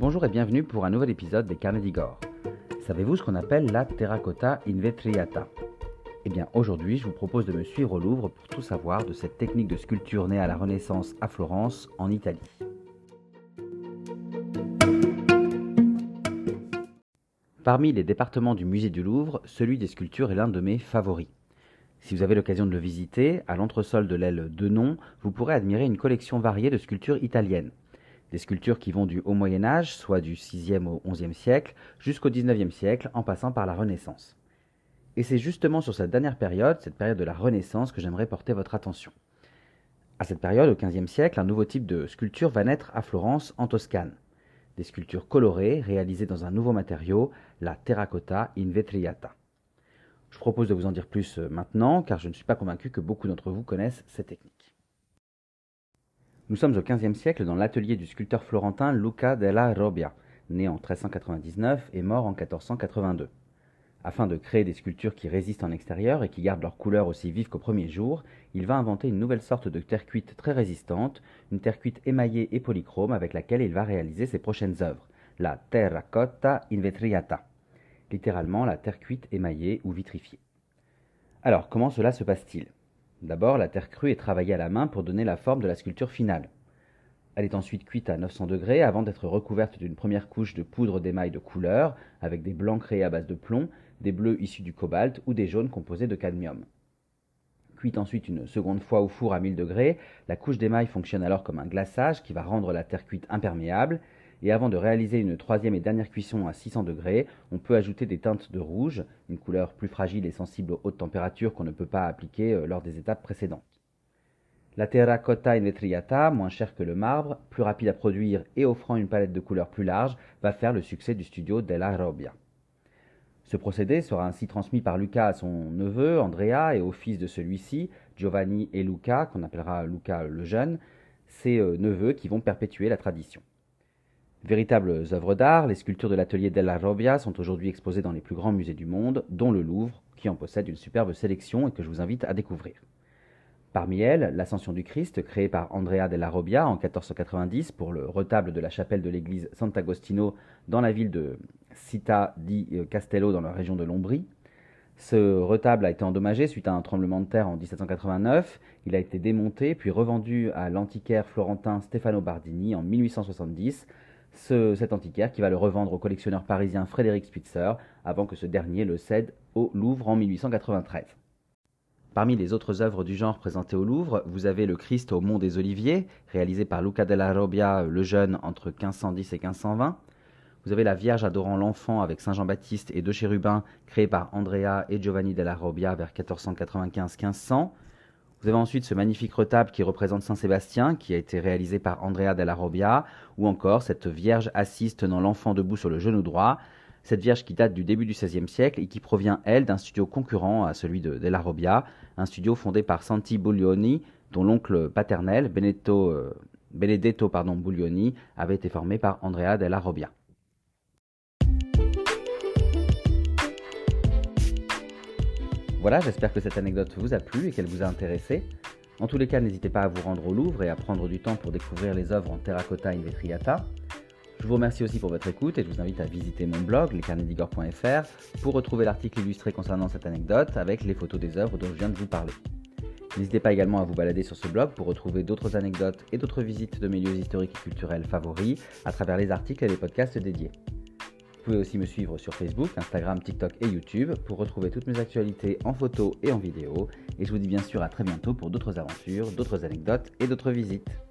Bonjour et bienvenue pour un nouvel épisode des Carnets d'Igor. Savez-vous ce qu'on appelle la terracotta invetriata ? Eh bien aujourd'hui je vous propose de me suivre au Louvre pour tout savoir de cette technique de sculpture née à la Renaissance à Florence, en Italie. Parmi les départements du musée du Louvre, celui des sculptures est l'un de mes favoris. Si vous avez l'occasion de le visiter, à l'entresol de l'aile Denon, vous pourrez admirer une collection variée de sculptures italiennes. Des sculptures qui vont du Haut Moyen-Âge, soit du 6e au 11e siècle, jusqu'au 19e siècle, en passant par la Renaissance. Et c'est justement sur cette dernière période, cette période de la Renaissance, que j'aimerais porter votre attention. À cette période, au 15e siècle, un nouveau type de sculpture va naître à Florence, en Toscane. Des sculptures colorées, réalisées dans un nouveau matériau, la terracotta invetriata. Je propose de vous en dire plus maintenant, car je ne suis pas convaincu que beaucoup d'entre vous connaissent cette technique. Nous sommes au XVe siècle dans l'atelier du sculpteur florentin Luca della Robbia, né en 1399 et mort en 1482. Afin de créer des sculptures qui résistent en extérieur et qui gardent leur couleur aussi vive qu'au premier jour, il va inventer une nouvelle sorte de terre cuite très résistante, une terre cuite émaillée et polychrome avec laquelle il va réaliser ses prochaines œuvres, la terracotta invetriata, littéralement la terre cuite émaillée ou vitrifiée. Alors, comment cela se passe-t-il ? D'abord, la terre crue est travaillée à la main pour donner la forme de la sculpture finale. Elle est ensuite cuite à 900 degrés avant d'être recouverte d'une première couche de poudre d'émail de couleur, avec des blancs créés à base de plomb, des bleus issus du cobalt ou des jaunes composés de cadmium. Cuite ensuite une seconde fois au four à 1000 degrés, la couche d'émail fonctionne alors comme un glaçage qui va rendre la terre cuite imperméable, et avant de réaliser une troisième et dernière cuisson à 600 degrés, on peut ajouter des teintes de rouge, une couleur plus fragile et sensible aux hautes températures qu'on ne peut pas appliquer lors des étapes précédentes. La terracotta invetriata, moins chère que le marbre, plus rapide à produire et offrant une palette de couleurs plus large, va faire le succès du studio della Robbia. Ce procédé sera ainsi transmis par Luca à son neveu, Andrea, et au fils de celui-ci, Giovanni et Luca, qu'on appellera Luca le Jeune, ses neveux qui vont perpétuer la tradition. Véritables œuvres d'art, les sculptures de l'atelier della Robbia sont aujourd'hui exposées dans les plus grands musées du monde, dont le Louvre, qui en possède une superbe sélection et que je vous invite à découvrir. Parmi elles, l'Ascension du Christ, créée par Andrea della Robbia en 1490 pour le retable de la chapelle de l'église Sant'Agostino dans la ville de Città di Castello dans la région de l'Ombrie. Ce retable a été endommagé suite à un tremblement de terre en 1789. Il a été démonté puis revendu à l'antiquaire florentin Stefano Bardini en 1870. Cet antiquaire qui va le revendre au collectionneur parisien Frédéric Spitzer avant que ce dernier le cède au Louvre en 1893. Parmi les autres œuvres du genre présentées au Louvre, vous avez le Christ au Mont des Oliviers, réalisé par Luca della Robbia le Jeune entre 1510 et 1520. Vous avez la Vierge adorant l'enfant avec Saint Jean-Baptiste et deux chérubins, créés par Andrea et Giovanni della Robbia vers 1495-1500. Vous avez ensuite ce magnifique retable qui représente Saint Sébastien, qui a été réalisé par Andrea della Robbia, ou encore cette Vierge assise tenant l'enfant debout sur le genou droit, cette Vierge qui date du début du XVIe siècle et qui provient, elle, d'un studio concurrent à celui de della Robbia, un studio fondé par Santi Buglioni, dont l'oncle paternel, Benedetto Buglioni, avait été formé par Andrea della Robbia. Voilà, j'espère que cette anecdote vous a plu et qu'elle vous a intéressé. En tous les cas, n'hésitez pas à vous rendre au Louvre et à prendre du temps pour découvrir les œuvres en terracotta invetriata. Je vous remercie aussi pour votre écoute et je vous invite à visiter mon blog, lescarnetsdigor.fr, pour retrouver l'article illustré concernant cette anecdote avec les photos des œuvres dont je viens de vous parler. N'hésitez pas également à vous balader sur ce blog pour retrouver d'autres anecdotes et d'autres visites de mes lieux historiques et culturels favoris à travers les articles et les podcasts dédiés. Vous pouvez aussi me suivre sur Facebook, Instagram, TikTok et YouTube pour retrouver toutes mes actualités en photo et en vidéo. Et je vous dis bien sûr à très bientôt pour d'autres aventures, d'autres anecdotes et d'autres visites.